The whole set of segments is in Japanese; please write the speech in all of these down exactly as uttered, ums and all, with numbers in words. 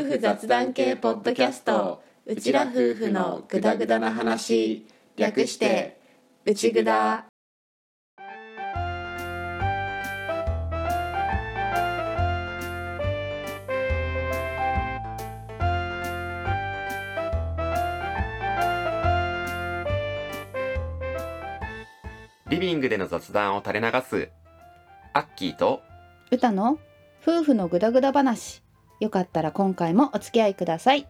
夫婦雑談系ポッドキャスト、うちら夫婦のグダグダな話、略してうちぐだ。 リビングでの雑談を垂れ流すアッキーと歌の夫婦のグダグダ話。よかったら今回もお付き合いください。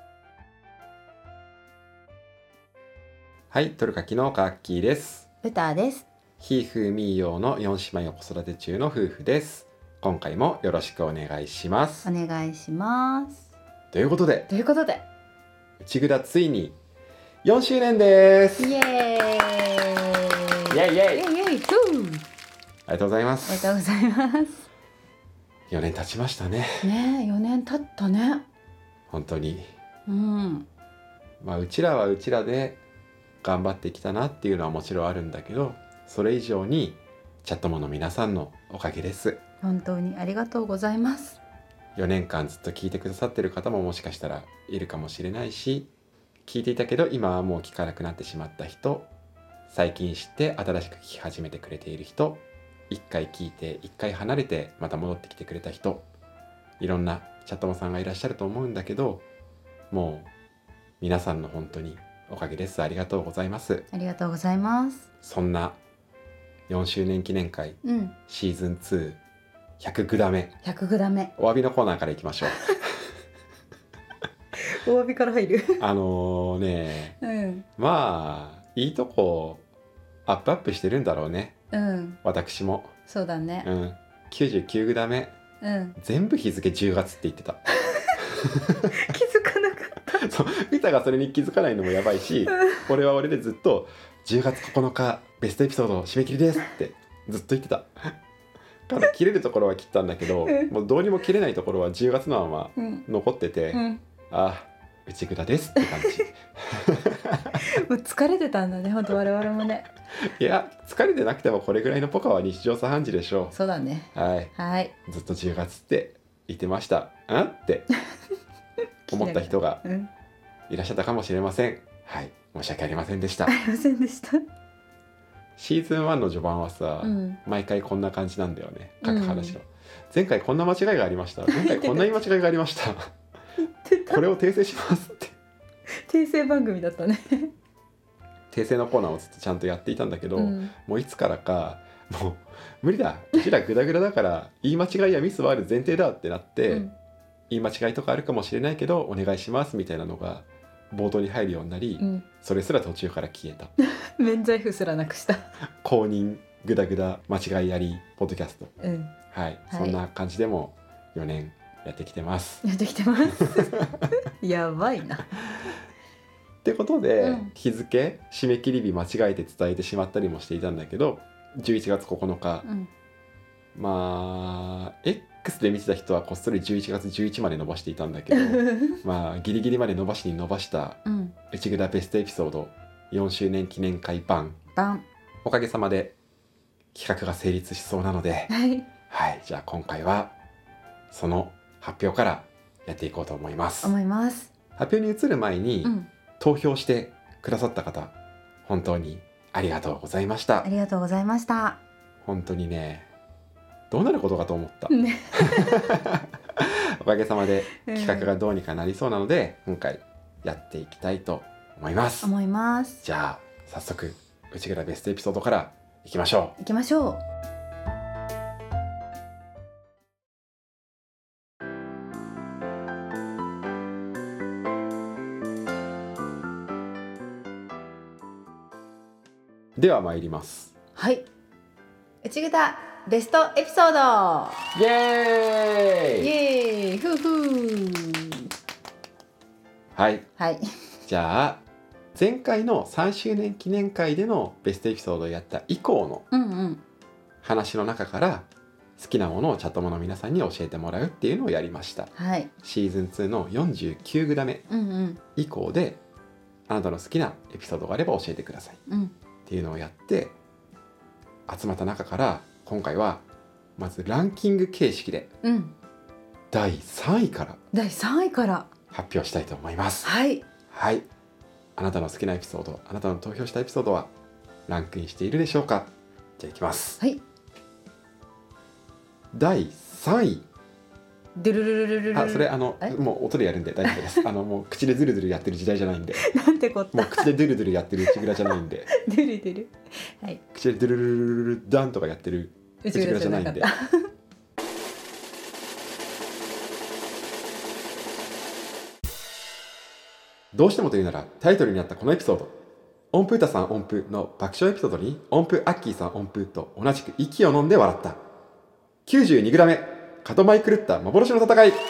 はい、トルカキのアッキーです。 歌です。 ひーふーみーよーのよん姉妹を子育て中の夫婦です。今回もよろしくお願いします。 お願いします。 ということでということでうちぐだついによんしゅうねんです。 イエーイイエイイエイイエイイエイフーありがとうございまありす。 がとうございますよねん経ちましたね。 ねえ、よねん経ったね。 本当に、 うんまあうちらはうちらで頑張ってきたなっていうのはもちろんあるんだけど、それ以上にチャットモの皆さんのおかげです。 本当にありがとうございます。 よねんかんずっと聞いてくださってる方ももしかしたらいるかもしれないし、聞いていたけど今はもう聞かなくなってしまった人、最近知って新しく聞き始めてくれている人、一回聞いて一回離れてまた戻ってきてくれた人、いろんなチャットモさんがいらっしゃると思うんだけど、もう皆さんの本当におかげです。ありがとうございます。 ありがとうございます。 そんなよんしゅうねん記念会うんシーズンツー ひゃくグダメ、 ひゃくグダメお詫びのコーナーからいきましょうお詫びから入るあのねうんまあいいとこアップアップしてるんだろうね。 うん私も、 そうだね。 うん、きゅうじゅうきゅうグダメうん全部日付じゅうがつって言ってた気づかなかっそう、ミタがそれに気づかないのもやばいし、俺は俺でずっとじゅうがつここのかベストエピソード締め切りですってずっと言ってたから切れるところは切ったんだけど、もうどうにも切れないところはじゅうがつのままうん残ってて、 うんあ、内蔵ですって感じもう疲れてたんだね、本当我々もね。 いや疲れてなくてもこれぐらいのポカは日常茶飯事でしょそうだね。 う。はい、 はい。 ずっとじゅうがつって言ってましたんって思った人がうん。 いらっしゃったかもしれません。はい、申し訳ありませんでした。 ありませんでした。 シーズンワンの序盤はさ、 うん毎回こんな感じなんだよね、各話の、 うん前回こんな間違いがありました、前回こんな言い間違いがありましたこれを訂正しますって訂正番組だったね。 訂正のコーナーをずっとちゃんとやっていたんだけど、 うんもういつからかもう無理だ、うちらグダグダだから言い間違いやミスはある前提だってなって、 うん言い間違いとかあるかもしれないけどお願いしますみたいなのが冒頭に入るようになり、 うん、 それすら途中から消えた免罪符すらなくした。 公認グダグダ間違いやりポッドキャスト、 うん、 はい、 はいそんな感じでもよねんやってきてますやってきてますやばいな。 ってことで、 うん、 日付締め切り日間違えて伝えてしまったりもしていたんだけど、じゅういちがつここのか、 うん、 まあ X で見てた人はこっそりじゅういちがつじゅういちまで伸ばしていたんだけどまあギリギリまで伸ばしに伸ばしたうん、 内蔵ベストエピソードよんしゅうねん記念会版、 バン。 おかげさまで企画が成立しそうなので、 はい、 はい、じゃあ今回はその発表からやっていこうと思います。 思います。 発表に移る前に、 うん、 投票してくださった方本当にありがとうございました。 ありがとうございました。 本当にね、どうなることかと思った、 ね、 おかげさまで企画がどうにかなりそうなので、今回やっていきたいと思います。 思います。 じゃあ早速内蔵ベストエピソードからいきましょう。 行きましょう。 では参ります。 はい。内ぐだベストエピソード。 イエーイ、 イエーイ、ふうふう。 はい、 はい。 じゃあ前回のさんしゅうねん記念会でのベストエピソードをやった以降のうんうん。 話の中から好きなものをチャットモの皆さんに教えてもらうっていうのをやりました。 はい。 シーズンツーのよんじゅうきゅうグダメうんうん以降であなたの好きなエピソードがあれば教えてくださいっうんていうのをやって集まった中から、今回はまずランキング形式でうん。 だいさんいからだいさんいから発表したいと思います。 はいはい、あなたの好きなエピソード、あなたの投票したエピソードはランクインしているでしょうか。じゃあいきます。 はいだいさんい、 ドゥルルルルルルルあ、それあのえもう音でやるんで大丈夫ですあのもう口でズルズルやってる時代じゃないんでなんてこったもう口でドゥルドゥルやってる内蔵じゃないんでドゥルドゥルはい口でドゥルルルルルルダンとかやってる内蔵じゃないんで。どうしてもというならタイトルにあったこのエピソード、音符歌さん音符の爆笑エピソードに音符アッキーさん音符と同じく息を飲んで笑った きゅうじゅうにグラム 角舞狂った幻の戦い。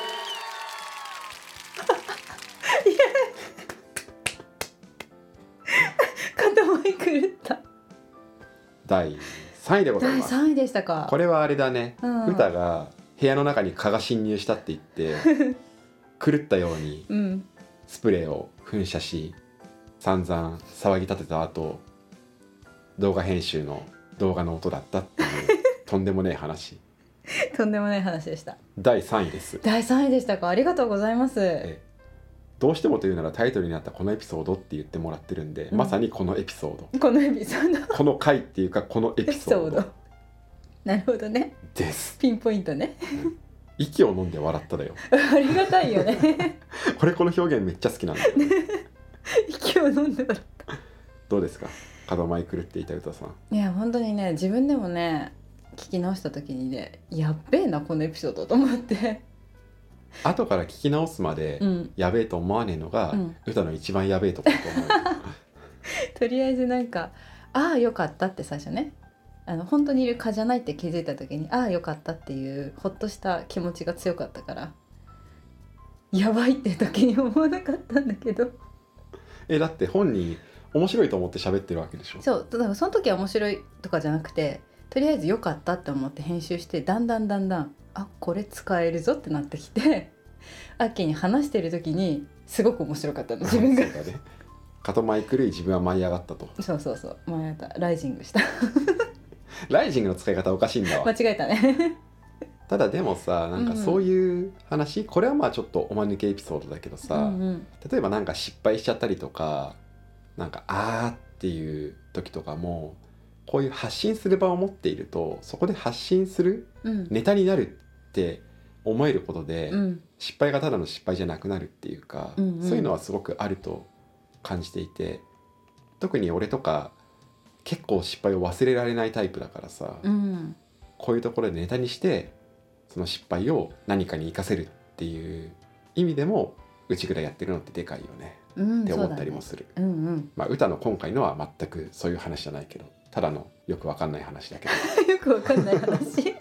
肩舞狂っただいさんいでございだいます。 さんいでしたか。 これはあれだね、 うん歌が部屋の中に蚊が侵入したって言って狂ったようにうんスプレーを噴射し散々騒ぎ立てた後、動画編集の動画の音だったっていうとんでもねえ話。 とんでもない話でした。 だいさんいです。 だいさんいでしたか。ありがとうございます。 えどうしてもというならタイトルにあったこのエピソードって言ってもらってるんで、 うんまさにこのエピソード、 このエピソードこの回っていうかこのエピソードなるほどね。 ですピンポイントね。 息を飲んで笑っただよありがたいよね。 これこの表現めっちゃ好きなんだよ息を飲んで笑っどうですか、角舞狂っていた歌さん。 た。いや本当にね、自分でもね聞き直した時にね、やっべえなこのエピソードと思って。 後から聞き直すまで、 うんやべえと思わねえのが、 うん歌の一番やべえところと思うとりあえずなんかああよかったって最初ね、あの本当にいる蚊じゃないって気づいた時にああよかったっていうほっとした気持ちが強かったから、やばいって時に思わなかったんだけど。 えだって本人面白いと思って喋ってるわけでしょ。 そうだからその時は面白いとかじゃなくて、とりあえずよかったって思って編集して、だんだんだんだんあこれ使えるぞってなってきて、アッキーに話してる時にすごく面白かったの自分が。 そうだね、角舞狂い自分は舞い上がったと。 そうそうそう、前やったライジングしたライジングの使い方おかしいんだわ間違えたね。 ただでもさ、なんかそういう話、これはまあちょっとおまぬけエピソードだけどさ、 うんうん例えばなんか失敗しちゃったりとか、なんかあーっていう時とかも、こういう発信する場を持っていると、そこで発信するうんネタになるって思えることで、 うん失敗がただの失敗じゃなくなるっていうか、 うんうんそういうのはすごくあると感じていて、特に俺とか結構失敗を忘れられないタイプだからさ、 うんこういうところでネタにしてその失敗を何かに生かせるっていう意味でも内蔵やってるのってでかいよね、 うんって思ったりもする。 そうだね。うんうんまあ歌の今回のは全くそういう話じゃないけど、ただのよくわかんない話だけどよくわかんない話。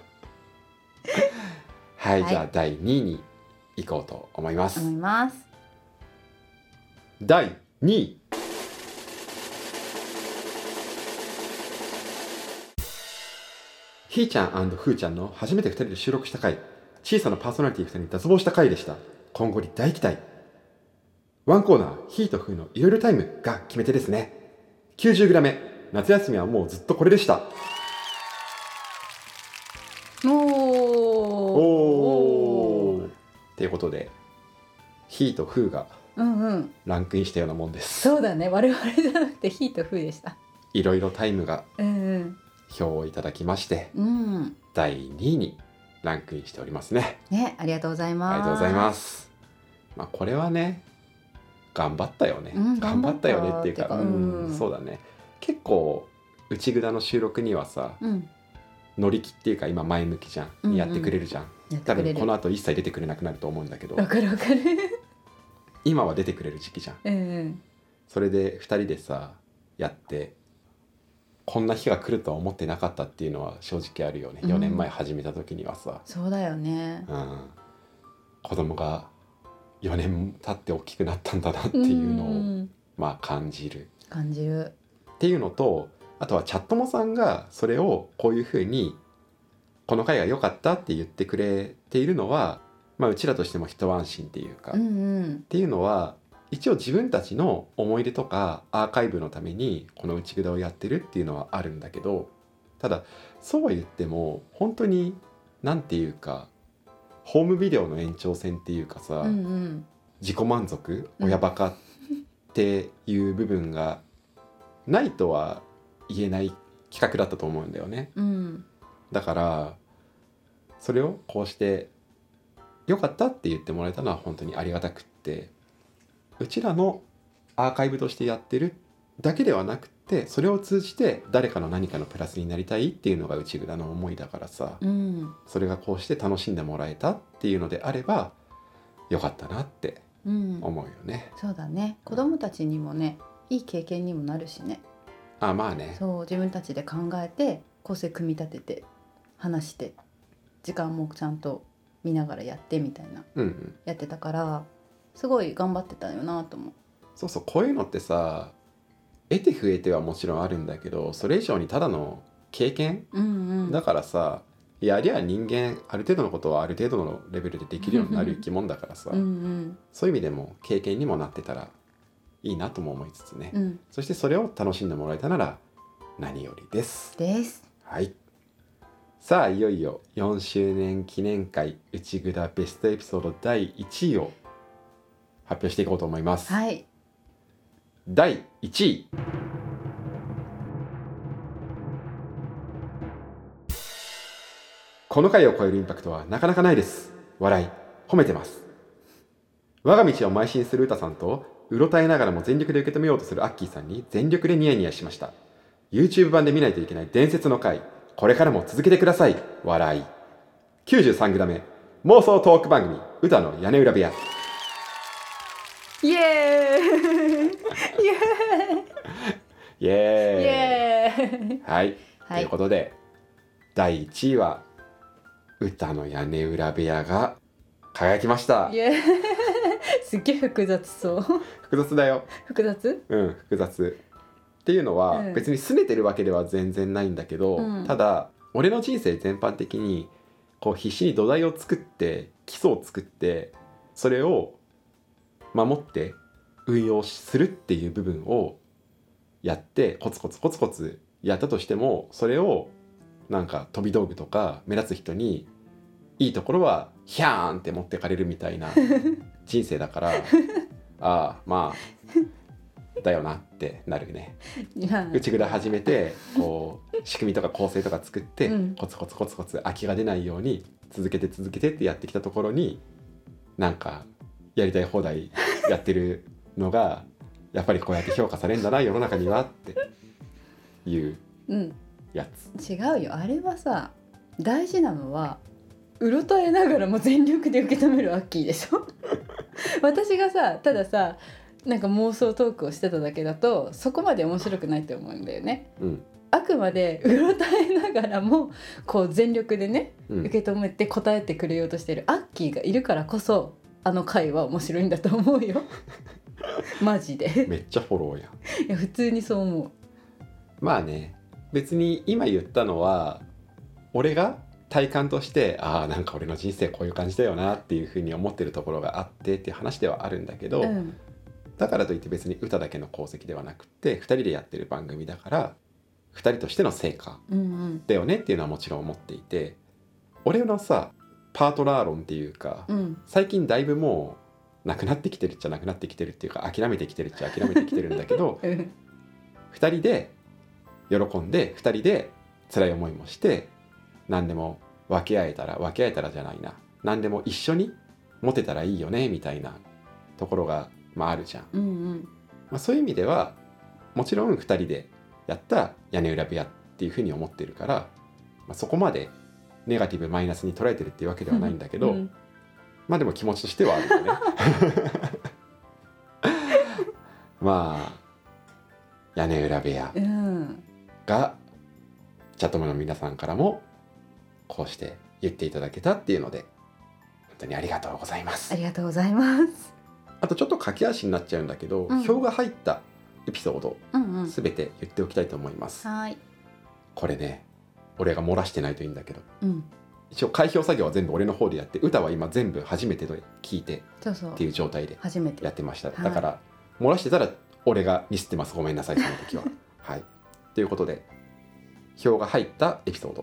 はい、 はいじゃあだいにいに行こうと思います。 思います。 だいにい、ひーちゃん&ふーちゃんの初めてふたりで収録した回、小さなパーソナリティふたりに脱帽した回でした。今後に大期待。ワンコーナー、ひーとふーのいろいろタイムが決め手ですね。きゅうじゅうグラム、夏休みはもうずっとこれでした。 おーおーっていうことで、ひーとふーがうんうんランクインしたようなもんです。 そうだね、我々じゃなくてヒーとフーでした。 いろいろタイムがうん票をいただきまして、 うんうんだいにいにランクインしておりますね。 ね、ありがとうございます。 ありがとうございます。まあこれはね、頑張ったよね。 うん頑張ったよねっていうか、 頑張ったっていうかうんうんそうだね。結構内蔵の収録にはさ、 うん乗り気っていうか今前向きじゃん、 うんうんやってくれるじゃん。多やってくれる。 分この後一切出てくれなくなると思うんだけど、 わかるわかる。 今は出てくれる時期じゃん。 うんうんそれでふたりでさやって、こんな日が来るとは思ってなかったっていうのは正直あるよね。 うんよねんまえ始めた時にはさ、 そうだよね。 うん、子供がよねん経って大きくなったんだなっていうのを、 んまあ感じる感じる。 っていうのと、あとはチャットモさんがそれをこういうふうにこの回が良かったって言ってくれているのは、まあうちらとしても一安心っていうか、 うんっうんていうのは一応自分たちの思い出とかアーカイブのためにこの内蔵をやってるっていうのはあるんだけど、ただそうは言っても本当になんていうかホームビデオの延長線っていうかさ、 うんうん自己満足、 うん親バカっていう部分がないとは言えない企画だったと思うんだよね。 うんだからそれをこうして良かったって言ってもらえたのは本当にありがたくって、うちらのアーカイブとしてやってるだけではなくて、それを通じて誰かの何かのプラスになりたいっていうのが内蔵の思いだからさ、 うんそれがこうして楽しんでもらえたっていうのであれば良かったなってうん思うよね。 そうだね。子供たちにもねいい経験にもなるしね。 あ、まあね。 そう自分たちで考えて構成組み立てて話して時間もちゃんと見ながらやってみたいなうんうん。 やってたからすごい頑張ってたよなと思う。 そうそう、こういうのってさ、得て増えてはもちろんあるんだけど、それ以上にただの経験うんうんだからさ、やりゃ人間ある程度のことはある程度のレベルでできるようになる生き物だからさ、 うんうんそういう意味でも経験にもなってたらいいなとも思いつつね、 うんそしてそれを楽しんでもらえたなら何よりです。 です。 はい、さあいよいよよんしゅうねん記念会内蔵ベストエピソードだいいちいを発表していこうと思います。 はい。 だいいちい、この回を超えるインパクトはなかなかないです。笑い、褒めてます。我が道を邁進する歌さんとうろたえながらも全力で受け止めようとするアッキーさんに全力でニヤニヤしました。 YouTube 版で見ないといけない伝説の回、これからも続けてください。笑い。きゅうじゅうさんグラム目妄想トーク番組歌の屋根裏部屋。 イエーイイエーイイエーイイエーイはい、 はいということでだいいちいは歌の屋根裏部屋が輝きました。 イエーイすっげえ複雑そう複雑だよ。 複雑うん、複雑っていうのは、 うん別に拗ねてるわけでは全然ないんだけど、 うんただ俺の人生全般的にこう必死に土台を作って基礎を作ってそれを守って運用するっていう部分をやってコツコツコツコツやったとしても、それをなんか飛び道具とか目立つ人にいいところはヒャーンって持ってかれるみたいな人生だからああまあだよなってなるね。内蔵始めてこう仕組みとか構成とか作って、 うんコツコツコツコツ空きが出ないように続けて続けてってやってきたところに、なんかやりたい放題やってるのがやっぱりこうやって評価されるんだな世の中にはっていううんやつ。 違うよ。あれはさ大事なのはうろたえながらも全力で受け止めるアッキーでしょ私がさたださなんか妄想トークをしてただけだとそこまで面白くないと思うんだよね。 うんあくまでうろたえながらもこう全力でねうん、 受け止めて答えてくれようとしてるアッキーがいるからこそあの回は面白いんだと思うよマジでめっちゃフォローやん。 いや普通にそう思う。 まあね、別に今言ったのは俺が体感としてああなんか俺の人生こういう感じだよなっていうふうに思ってるところがあってっていう話ではあるんだけど、 うんだからといって別に歌だけの功績ではなくってふたりでやってる番組だからふたりとしての成果うんうんだよねっていうのはもちろん思っていて、俺のさパートナー論っていうか、 うん最近だいぶもうなくなってきてるっちゃなくなってきてるっていうか諦めてきてるっちゃ諦めてきてるんだけどうんふたりで喜んでふたりで辛い思いもして何でも分け合えたら分け合えたらじゃないな何でも一緒に持てたらいいよねみたいなところが、まあ、あるじゃん、 うんうんまあ、そういう意味ではもちろんふたりでやった屋根裏部屋っていうふうに思ってるから、まあ、そこまでネガティブマイナスに捉えてるっていうわけではないんだけど、 うんまあでも気持ちとしてはあるよねまあ屋根裏部屋うんがチャットマンの皆さんからもこうして言っていただけたっていうので本当にありがとうございますあ。りがとうございます。 あとちょっと駆け足になっちゃうんだけど、 うん票が入ったエピソードうんうんすべて言っておきたいと思います。 はい。 これね俺が漏らしてないといいんだけど、 うん一応開票作業は全部俺の方でやって歌は今全部初めてで聞いてそうそうっていう状態で初めてやってました。 はいだから漏らしてたら俺がミスってます。ごめんなさいその時ははいということで票が入ったエピソード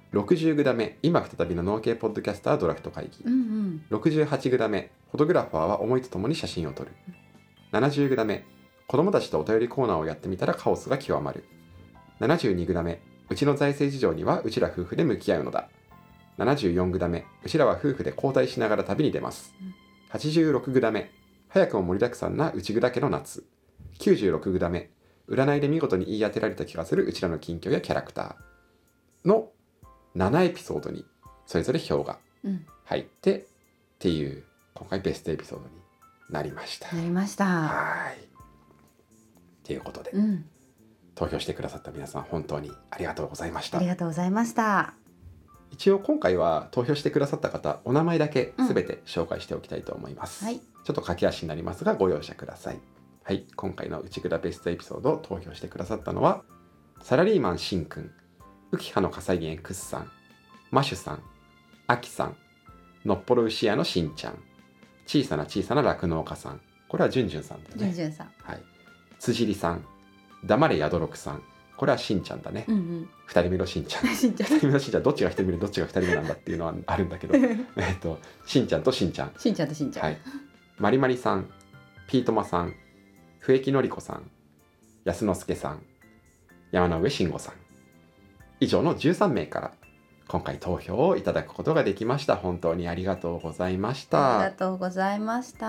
ろくじゅうグダメ今再びの農系ポッドキャスタードラフト会議、 うんうん、 ろくじゅうはちグダメフォトグラファーは思いとともに写真を撮る、ななじゅうグダメ子供たちとお便りコーナーをやってみたらカオスが極まる、ななじゅうにグダメうちの財政事情にはうちら夫婦で向き合うのだ、ななじゅうよんグダメうちらは夫婦で交代しながら旅に出ます、はちじゅうろくグダメ早くも盛りだくさんな内ぐだ家の夏、きゅうじゅうろくグダメ占いで見事に言い当てられた気がするうちらの近況やキャラクターのななエピソードにそれぞれ表が入ってっていう今回ベストエピソードになりました。 なりました。 はいということで、 うん、 投票してくださった皆さん本当にありがとうございました。 ありがとうございました。 一応今回は投票してくださった方お名前だけすべて紹介しておきたいと思います、 うんはい、 ちょっと駆け足になりますがご容赦ください。はい、今回の内蔵ベストエピソードを投票してくださったのはサラリーマンしんくん、浮葉の火災源くっさん、マシュさん、アキさん、のっぽろ牛屋のしんちゃん、小さな小さな酪農家さん、これはじゅんじゅんさんだね。 じゅんじゅんさん、 はい、辻里さん、黙れやどろくさん、これはしんちゃんだね。 うんうん、 ふたりめのしんちゃん。 しんちゃん。 ふたりめのしんちゃん、どっちがひとりめでどっちがふたりめなんだっていうのはあるんだけど、えっとしんちゃんとしんちゃん。 しんちゃんとしんちゃん。 はい。まりまりさん、ピートマさん、笛木のりこさん、安之助さん、山上慎吾さん。以上のじゅうさんめいから今回投票をいただくことができました。本当にありがとうございました。 ありがとうございました。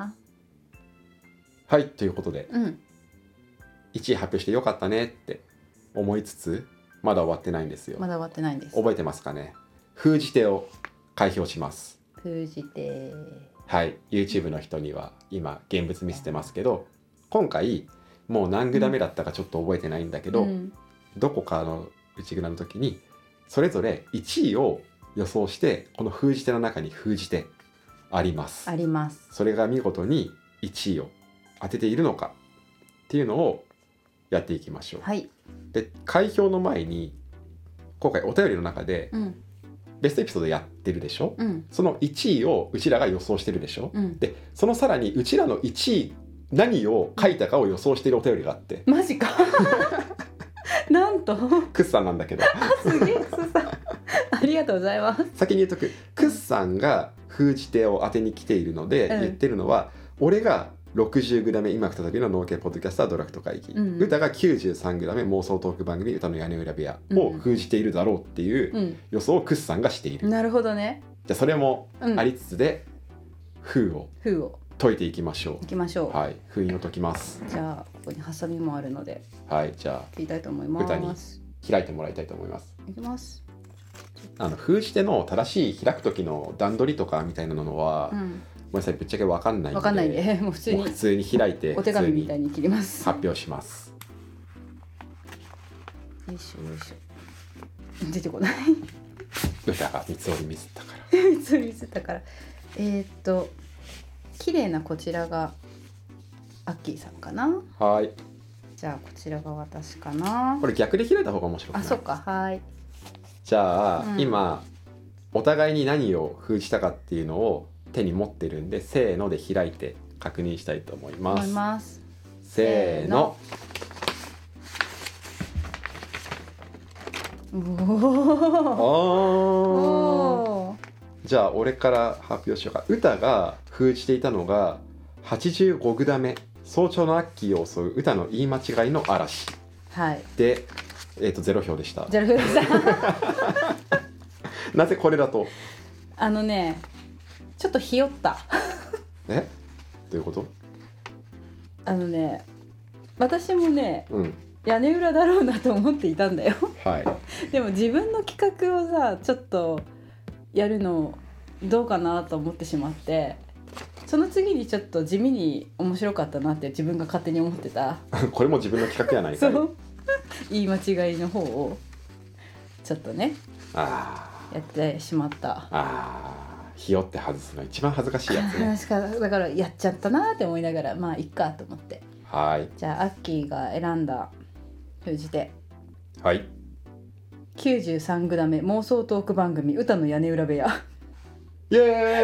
はい、ということで、 うん、 いちい発表してよかったねって思いつつまだ終わってないんですよ。 まだ終わってないんです。 覚えてますかね。封じ手を開票します。 封じ手、 はい、 YouTube の人には今現物見せてますけど、今回もう何グダメだったかちょっと覚えてないんだけど、うん、どこかの内蔵の時にそれぞれいちいを予想してこの封じ手の中に封じ手ありますあります。 それが見事にいちいを当てているのかっていうのをやっていきましょう。 はい、 で開票の前に今回お便りの中で、 うん、 ベストエピソードやってるでしょ、 うん、 そのいちいをうちらが予想してるでしょ、 うん、 でそのさらにうちらのいちい何を書いたかを予想しているお便りがあって、 マジかなんとクッさんなんだけどすげえクッさんありがとうございます。 先に言っとく、クッさんが封じ手を当てに来ているので、うん、言ってるのは俺がろくじゅうグダメ今再びの農系ポッドキャスタードラフト会議、うん、歌がきゅうじゅうさんグダメ妄想トーク番組歌の屋根裏部屋を封じているだろうっていう予想をクッさんがしている、 うん、なるほどね。 じゃあそれもありつつで、うん、封を封を解いていきましょう。 いきましょう。 はい、封印を解きます。 じゃあここにハサミもあるので、 はい、じゃあ切りたいと思います。 歌に開いてもらいたいと思います。 いきます。 あの封じ手の正しい開く時の段取りとかみたいなのは、うん、ごめんなさい、ぶっちゃけ分かんないんで、 分かんないんでもう普通に普通に開いてお手紙みたいに切ります。 発表します。 よいしょよいしょ、出てこない歌が三つ折りミスったから三つ折りミスったからえー、っと綺麗なこちらがアッキーさんかな。 はい、 じゃあこちらが私かな。 これ逆で開いた方が面白くない？ あ、そっか、はい。 じゃあ、 うん、今お互いに何を封じたかっていうのを手に持ってるんで、せーので開いて確認したいと思います。 思います。 せーの。 おお。じゃあ俺から発表しようか。歌が封じていたのがはちじゅうごグダメ早朝のアッキーを襲う歌の言い間違いの嵐、 はい、で、 えー、とゼロ票でした。 ゼロ票でしたなぜこれだと？ あのね、ちょっとひよったえ？どういうこと？ あのね、私もね、 うん、 屋根裏だろうなと思っていたんだよはい。 でも自分の企画をさ、ちょっとやるのどうかなと思ってしまって、その次にちょっと地味に面白かったなって自分が勝手に思ってたこれも自分の企画やないかい。 そう言い間違いの方をちょっとね、 あやってしまった。 ああ、ひよって外すの一番恥ずかしいやつね。 だからやっちゃったなって思いながら、まあいっかと思って。 はい。 じゃあアッキーが選んだ封じ手、 はい、 きゅうじゅうさんグダメ妄想トーク番組歌の屋根裏部屋。 イエ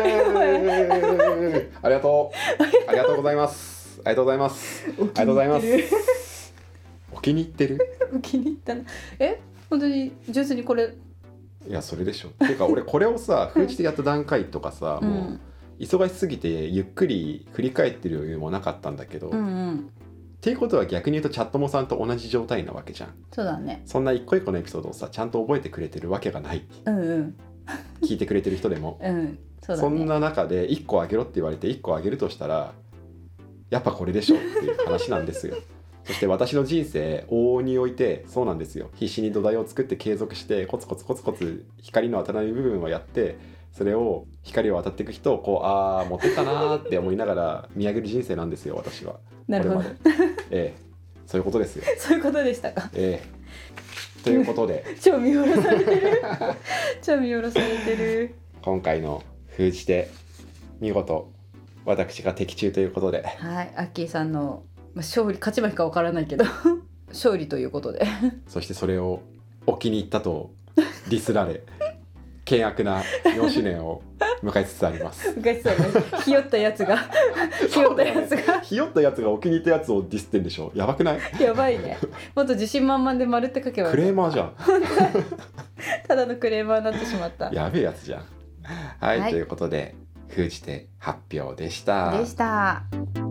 ーイありがとうありがとうございますありがとうございますありがとうございますお気に入ってるお気に入ったな。え、本当に純粋にこれいやそれでしょ。っていうか俺これをさ封じてやった段階とかさ、 うん、 もう忙しすぎてゆっくり振り返ってる余裕もなかったんだけど、 うんうん、 っていうことは逆に言うとチャットモさんと同じ状態なわけじゃん。 そうだね。 そんな一個一個のエピソードをさちゃんと覚えてくれてるわけがない。 うんうん聞いてくれてる人でも、 うん、そうだね。 そんな中でいっこあげろって言われていっこあげるとしたらやっぱこれでしょっていう話なんですよ。そして私の人生往々においてそうなんですよ。必死に土台を作って継続してコツコツコツコツ光の当たらない部分をやって、それを光を当たっていく人をこうあー持ってったなーって思いながら見上げる人生なんですよ私は。 なるほど。 これまでええそういうことですよ。 そういうことでしたか。 ええということで超見下ろされてる超見下ろされてる。 今回の封じ手見事私が的中ということで、 はい、アッキーさんの勝利勝ち負けかわからないけど勝利ということでそしてそれをお気に入ったとディスられ険悪なよんしゅうねんを迎えつつあります。 昔そうね、ひよったやつがひよったやつがひよったやつがお気に入ったやつをディスってんでしょ。やばくない？ やばいね。もっと自信満々で丸って書けばよかった。 クレーマーじゃんただのクレーマーになってしまった。 やべえやつじゃん。はい、 はい、 ということで封じ手発表でしたでした。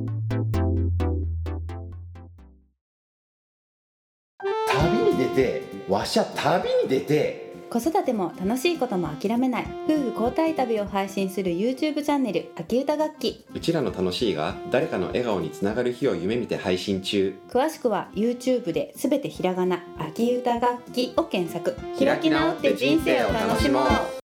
旅に出てわしゃ旅に出て子育ても楽しいことも諦めない夫婦交代旅を配信する YouTube チャンネル秋歌楽器。 うちらの楽しいが誰かの笑顔につながる日を夢見て配信中。 詳しくは YouTube ですべてひらがな秋歌楽器を検索。 開き直って人生を楽しもう。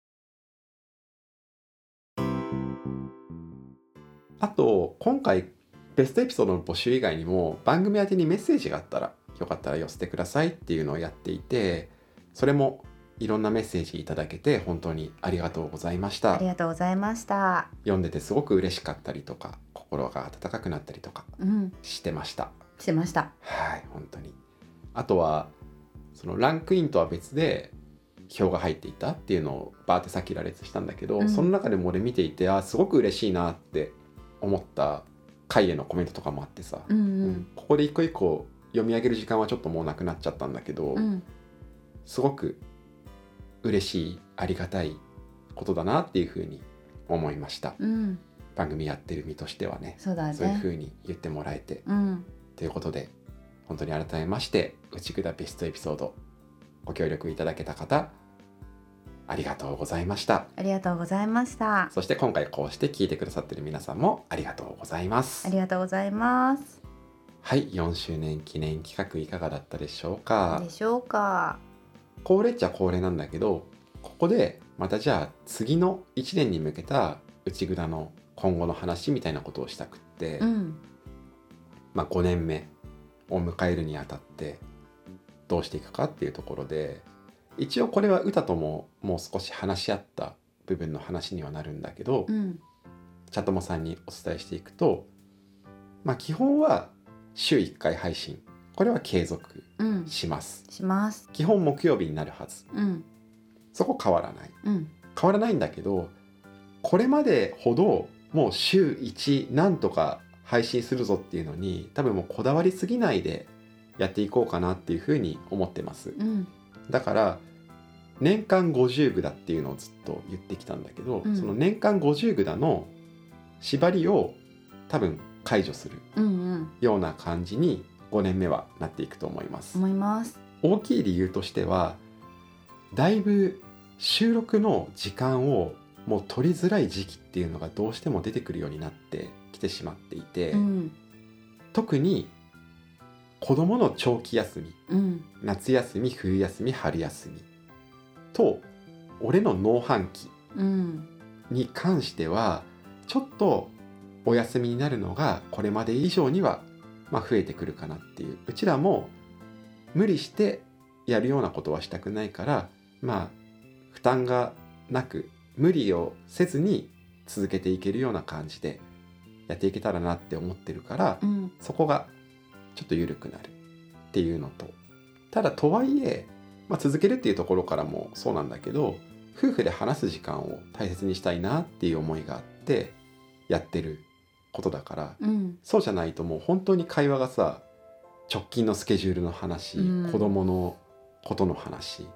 あと今回ベストエピソードの募集以外にも番組宛てにメッセージがあったらよかったら寄せてくださいっていうのをやっていて、それもいろんなメッセージいただけて本当にありがとうございました。 ありがとうございました。 読んでてすごく嬉しかったりとか心が温かくなったりとかうんしてました、 してました。 はい本当に。あとはそのランクインとは別で票が入っていたっていうのをバーってさっき羅列したんだけど、 うん、 その中でも俺見ていてあすごく嬉しいなって思った回へのコメントとかもあってさ、 うんうんうん、ここで一個一個読み上げる時間はちょっともうなくなっちゃったんだけど、 うん、 すごく嬉しいありがたいことだなっていうふうに思いました、 うん、 番組やってる身としてはね。 そうだね。 そういうふうに言ってもらえて、 うん、 ということで本当に改めまして内蔵ベストエピソードご協力いただけた方ありがとうございました。 ありがとうございました。 そして今回こうして聞いてくださってる皆さんもありがとうございます。 ありがとうございます。 はい、よんしゅうねん記念企画いかがだったでしょうか。 でしょうか。 恒例っちゃ恒例なんだけど、ここでまたじゃあ次のいちねんに向けた内蔵の今後の話みたいなことをしたくって、 うん、 まあごねんめを迎えるにあたってどうしていくかっていうところで、一応これは歌とももう少し話し合った部分の話にはなるんだけど、 うん、 チャットモさんにお伝えしていくと、まあ基本は週いっかい配信、これは継続うん、 します、 します。 基本木曜日になるはず、 うん、 そこ変わらない、 うん、 変わらないんだけど、これまでほどもう週いちなんとか配信するぞっていうのに多分もうこだわりすぎないでやっていこうかなっていうふうに思ってます、 うん、 だから年間ごじゅうぐだっていうのをずっと言ってきたんだけど、 うん、 その年間ごじゅうぐだの縛りを多分解除するような感じにごねんめはなっていくと思います。 思います。 大きい理由としてはだいぶ収録の時間をもう取りづらい時期っていうのがどうしても出てくるようになってきてしまっていて、 うん、 特に子どもの長期休み、 うん、 夏休み、冬休み、春休みと俺の農繁期に関してはちょっとお休みになるのがこれまで以上にはまあ増えてくるかなっていう。うちらも無理してやるようなことはしたくないから、まあ負担がなく無理をせずに続けていけるような感じでやっていけたらなって思ってるから、 うん、 そこがちょっと緩くなるっていうのと、ただとはいえ、まあ、続けるっていうところからもそうなんだけど、夫婦で話す時間を大切にしたいなっていう思いがあってやってることだから、 うん、 そうじゃないともう本当に会話がさ、直近のスケジュールの話、 うん、 子供のことの話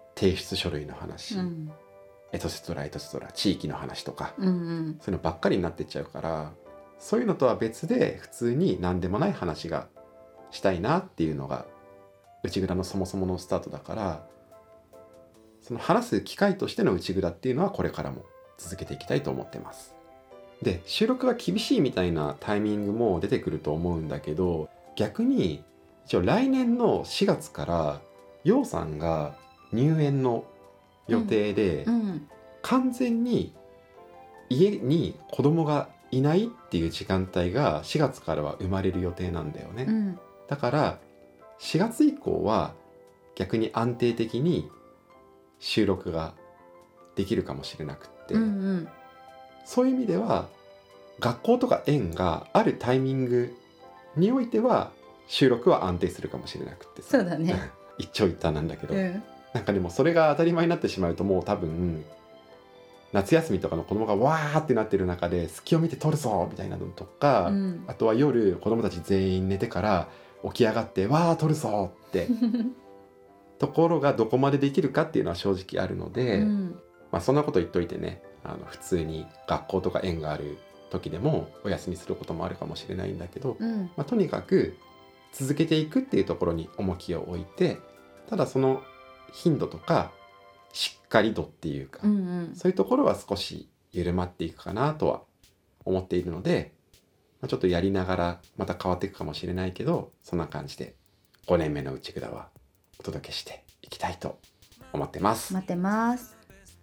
提出書類の話、 うんエトセトラエトセトラ地域の話とか、 うんうんそういうのばっかりになってっちゃうから、そういうのとは別で普通に何でもない話がしたいなっていうのが内蔵のそもそものスタートだから、その話す機会としての内蔵っていうのはこれからも続けていきたいと思ってます。で、収録が厳しいみたいなタイミングも出てくると思うんだけど、逆に一応来年のしがつからようさんが入園の予定で、 うん完全に家に子供がいないっていう時間帯がしがつからは生まれる予定なんだよね、 うんだからしがつ以降は逆に安定的に収録ができるかもしれなくって、 うんうんそういう意味では学校とか園があるタイミングにおいては収録は安定するかもしれなくってさ、 そうだね一長一短なんだけど、 うんなんかでもそれが当たり前になってしまうと、もう多分夏休みとかの子供がわーってなってる中で隙を見て撮るぞみたいなのとか、 うんあとは夜子供たち全員寝てから起き上がってわー撮るぞってところがどこまでできるかっていうのは正直あるので、 うんまあそんなこと言っといてね、あの普通に学校とか園がある時でもお休みすることもあるかもしれないんだけど、 うんまあ、とにかく続けていくっていうところに重きを置いて、ただその頻度とかしっかり度っていうか、 うんうんそういうところは少し緩まっていくかなとは思っているので、まあ、ちょっとやりながらまた変わっていくかもしれないけど、そんな感じでごねんめの内蔵はお届けしていきたいと思ってます。 待ってます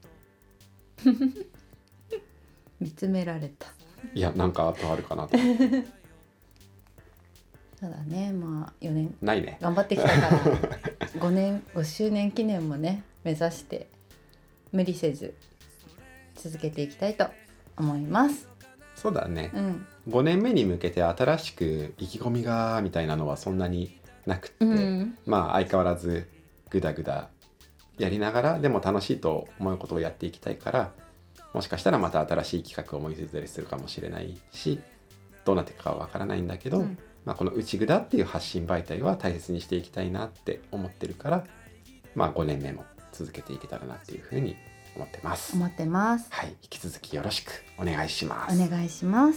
見つめられた。 いや、なんか後あるかなと思ってそうだね、まあよねんないね。 頑張ってきたからごねんごしゅうねん記念もね目指して無理せず続けていきたいと思います。 そうだね、 うんごねんめに向けて新しく意気込みがみたいなのはそんなになくって、 うんまあ相変わらずグダグダやりながらでも楽しいと思うことをやっていきたいから、もしかしたらまた新しい企画を思いついたりするかもしれないし、どうなっていくかはわからないんだけど、 うんまあ、この内蔵っていう発信媒体は大切にしていきたいなって思ってるから、まあごねんめも続けていけたらなっていうふうに思ってます。 思ってます。 はい、引き続きよろしくお願いしまおす。 願いします。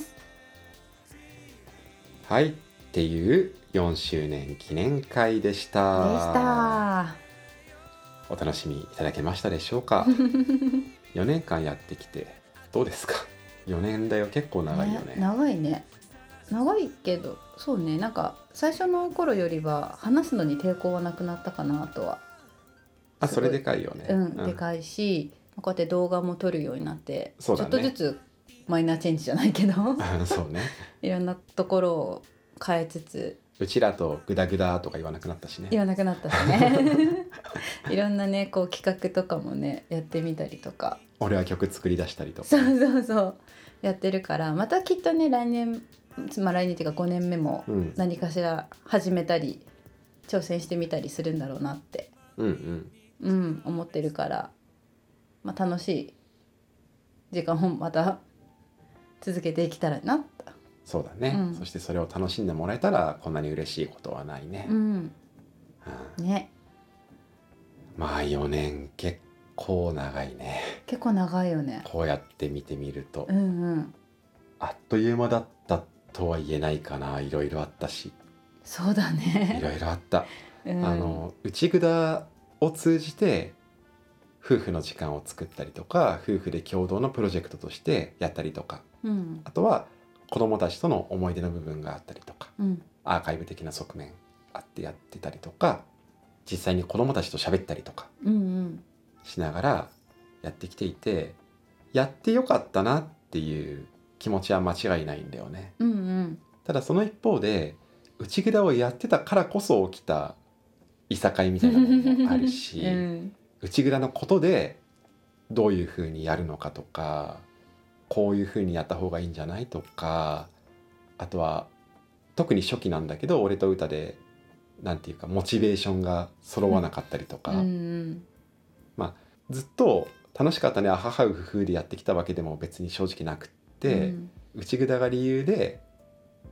はい、っていうよんしゅうねん記念会でしでた。 したお楽しみいただけましたでしょうか。よねんかんやってきてどうですか。よねんだよ、結構長いよね。 長いね。長いけど、そうね、なんか最初の頃よりは話すのに抵抗はなくなったかなとは。 あ、それでかいよね。 うん、でかいし、こうやって動画も撮るようになって、 そうだねちょっとずつマイナーチェンジじゃないけどうんそうね。 いろんなところを変えつつ、 うちらとグダグダとか言わなくなったしね。 言わなくなったしねいろんなねこう企画とかもねやってみたりとか、 俺は曲作り出したりとか。 そうそうそうやってるから、またきっとね来年、まあ来年っていうかごねんめもうん何かしら始めたり挑戦してみたりするんだろうなってうんうん。 うん思ってるから、まあ、楽しい時間をまた続けていけたらなと。 そうだね、 うんそしてそれを楽しんでもらえたらこんなに嬉しいことはないね。 うんうんね、 まあよねん結構長いね。 結構長いよね。 こうやって見てみると、 うんうんあっという間だったとは言えないかな。いろいろあったし、 そうだいね、 ろいろあった。 うん、 あの内蔵を通じて夫婦の時間を作ったりとか、夫婦で共同のプロジェクトとしてやったりとか、 うんあとは子供たちとの思い出の部分があったりとか、 うんアーカイブ的な側面あってやってたりとか、実際に子供たちと喋ったりとかうんうんしながらやってきていて、やってよかったなっていう気持ちは間違いないんだよね。 うんうんただその一方で内蔵をやってたからこそ起きたいさかいみたいなものもあるし、 うん内蔵のことでどういうふうにやるのかとか、こういうふうにやった方がいいんじゃないとか、あとは特に初期なんだけど俺と歌でなんていうかモチベーションが揃わなかったりとか、 うんずっと楽しかったねあははうふふでやってきたわけでも別に正直なくって、 うん内蔵が理由で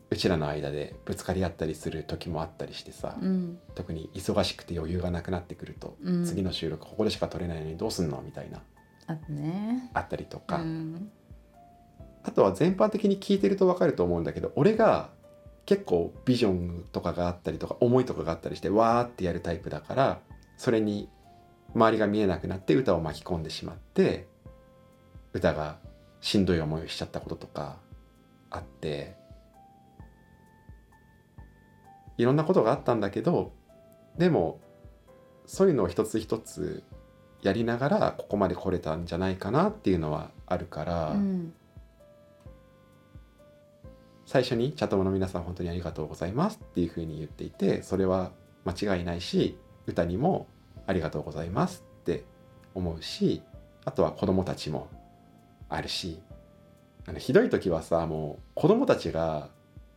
うちらの間でぶつかり合ったりする時もあったりしてさ、 うん特に忙しくて余裕がなくなってくると、 うん次の収録ここでしか撮れないのにどうすんのみたいなあとねあったりとか、 うんあとは全般的に聞いてると分かると思うんだけど、俺が結構ビジョンとかがあったりとか思いとかがあったりしてわーってやるタイプだから、それに周りが見えなくなって歌を巻き込んでしまって、歌がしんどい思いをしちゃったこととかあって、いろんなことがあったんだけど、でもそういうのを一つ一つやりながらここまで来れたんじゃないかなっていうのはあるから、 うん最初にチャットの皆さん本当にありがとうございますっていうふうに言っていて、それは間違いないし、歌にもありがとうございますって思うし、あとは子供たちもあるし、あのひどい時はさ、もう子供たちが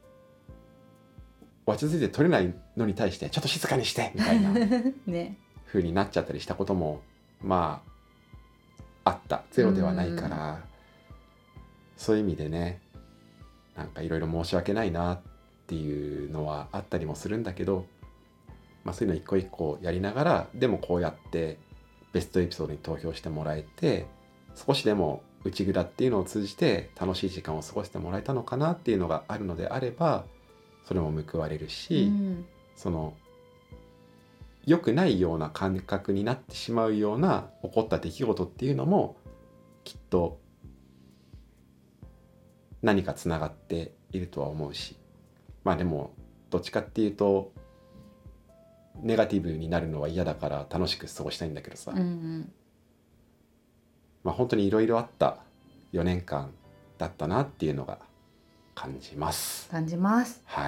落ち着いて取れないのに対してちょっと静かにしてみたいなね風になっちゃったりしたこともまああった。ゼロではないから、そういう意味でね、なんかいろいろ申し訳ないなっていうのはあったりもするんだけど、まあ、そういうの一個一個やりながら、でもこうやってベストエピソードに投票してもらえて、少しでも内蔵っていうのを通じて楽しい時間を過ごしてもらえたのかなっていうのがあるのであれば、それも報われるし、 うんその良くないような感覚になってしまうような起こった出来事っていうのもきっと何かつながっているとは思うし、まあでもどっちかっていうとネガティブになるのは嫌だから楽しく過ごしたいんだけどさ、 うんうんまあ本当にいろいろあったよねんかんだったなっていうのが感じます。 感じますはい。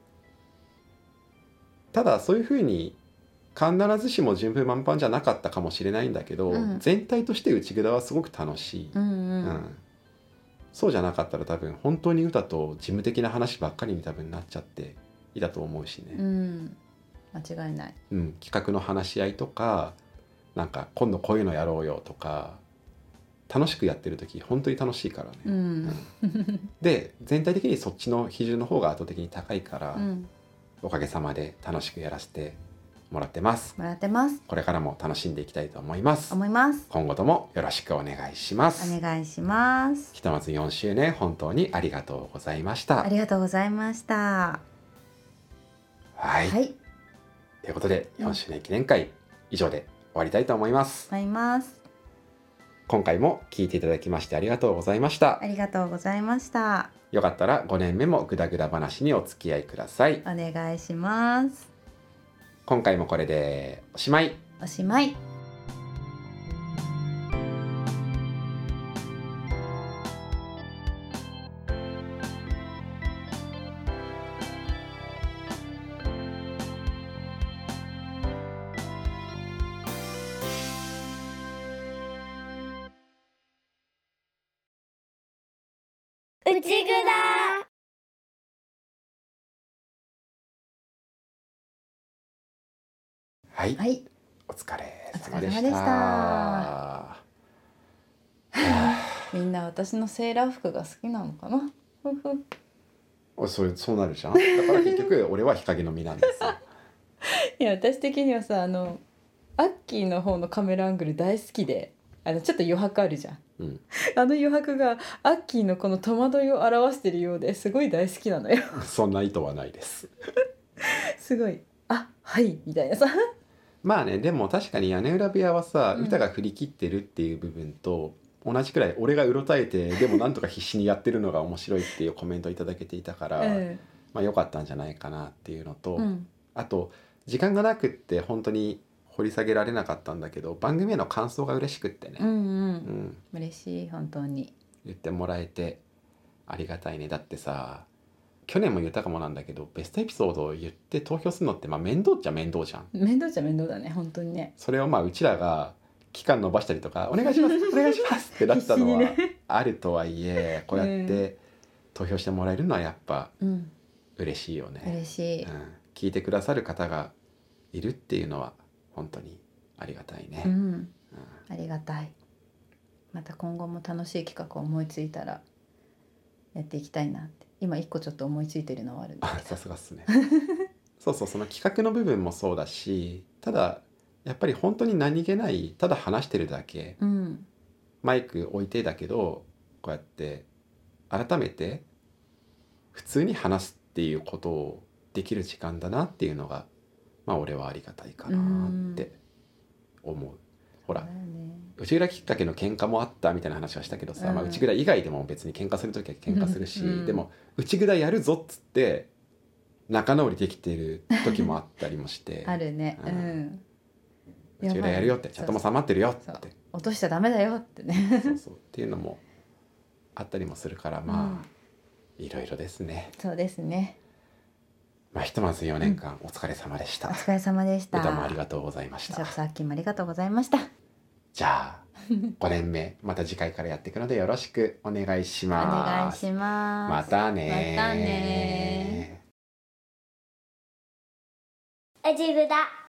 ただそういうふうに必ずしも順風満帆じゃなかったかもしれないんだけど、 うん全体として内蔵はすごく楽しい、 うんうん、 うんそうじゃなかったら多分本当に歌と事務的な話ばっかりに多分なっちゃっていたと思うしね、 うん間違いない。 うん、企画の話し合いとか、なんか今度こういうのやろうよとか、楽しくやってる時本当に楽しいからね、 うんで全体的にそっちの比重の方が圧倒的に高いから、 うんおかげさまで楽しくやらせてもらってます。 もらってますこれからも楽しんでいきたいと思います思います。 今後ともよろしくお願いしますお願いします。 ひとまずよんしゅうねん本当にありがとうございましたありがとうございました。 はい、 はいということでよんしゅうねん記念会以上で終わりたいと思います。 思います。 今回も聞いていただきましてありがとうございましたあ。りがとうございました。 よかったらごねんめもグダグダ話にお付き合いください。 お願いします。 今回もこれでおしまい。 おしまい。 内ぐだ。 はい、 はいお疲れお様でした。 疲れ様でしたみんな私のセーラー服が好きなのかな。ふふおそれそうなるじゃん。だから結局俺は日陰の身なんですよ。 いや私的にはさ、あのアッキーの方のカメラアングル大好きで、あのちょっと余白あるじゃん。 うん、 あの余白がアッキーのこの戸惑いを表してるようですごい大好きなのよ。 そんな意図はないです。 すごい、あはいみたいなさ。 まあね、でも確かに屋根裏部屋はさ、 うん歌が振り切ってるっていう部分と同じくらい俺がうろたえてでもなんとか必死にやってるのが面白いっていうコメントいただけていたから、 うんまあ良かったんじゃないかなっていうのと、 うんあと時間がなくって本当に掘り下げられなかったんだけど、番組への感想が嬉しくってね、 うんうんうん嬉しい本当に。 言ってもらえてありがたいね。だってさ、去年も言ったかもなんだけど、ベストエピソードを言って投票するのってまあ面倒っちゃ面倒じゃん。 面倒っちゃ面倒だね本当にね。 それをまあうちらが期間延ばしたりとかお願いしますお願いしますってなったのは必死にあるとはいえ、こうやって投票してもらえるのはやっぱうん嬉しいよね。 嬉しい。 うん、聞いてくださる方がいるっていうのは本当にありがたいね。 うんうんありがたい。また今後も楽しい企画を思いついたらやっていきたいなって今一個ちょっと思いついてるのはあるんだあけどさすがっすねそうそう、その企画の部分もそうだし、ただやっぱり本当に何気ない、ただ話してるだけ、 うんマイク置いてだけどこうやって改めて普通に話すっていうことをできる時間だなっていうのが、まあ俺はありがたいかなって思う。ほらそうだよね内蔵きっかけの喧嘩もあったみたいな話はしたけどさ、 うんまあ、内蔵以外でも別に喧嘩する時は喧嘩するし、 うんでも内蔵やるぞっつって仲直りできてる時もあったりもしてあるね。 ううんん。 内蔵やるよって、 そう頭収まってるよってそう落としちゃダメだよってね。 そうそうっていうのもあったりもするから、まあ、いろいろですね。 そうですね。 まあひとまずよねんかんお疲れ様でした、 お疲れ様でした。 歌もありがとうございました。 さっきもありがとうございました。 じゃあごねんめまた次回からやっていくのでよろしくお願いしおます。 願いします。 またねーまたねうちぐだ。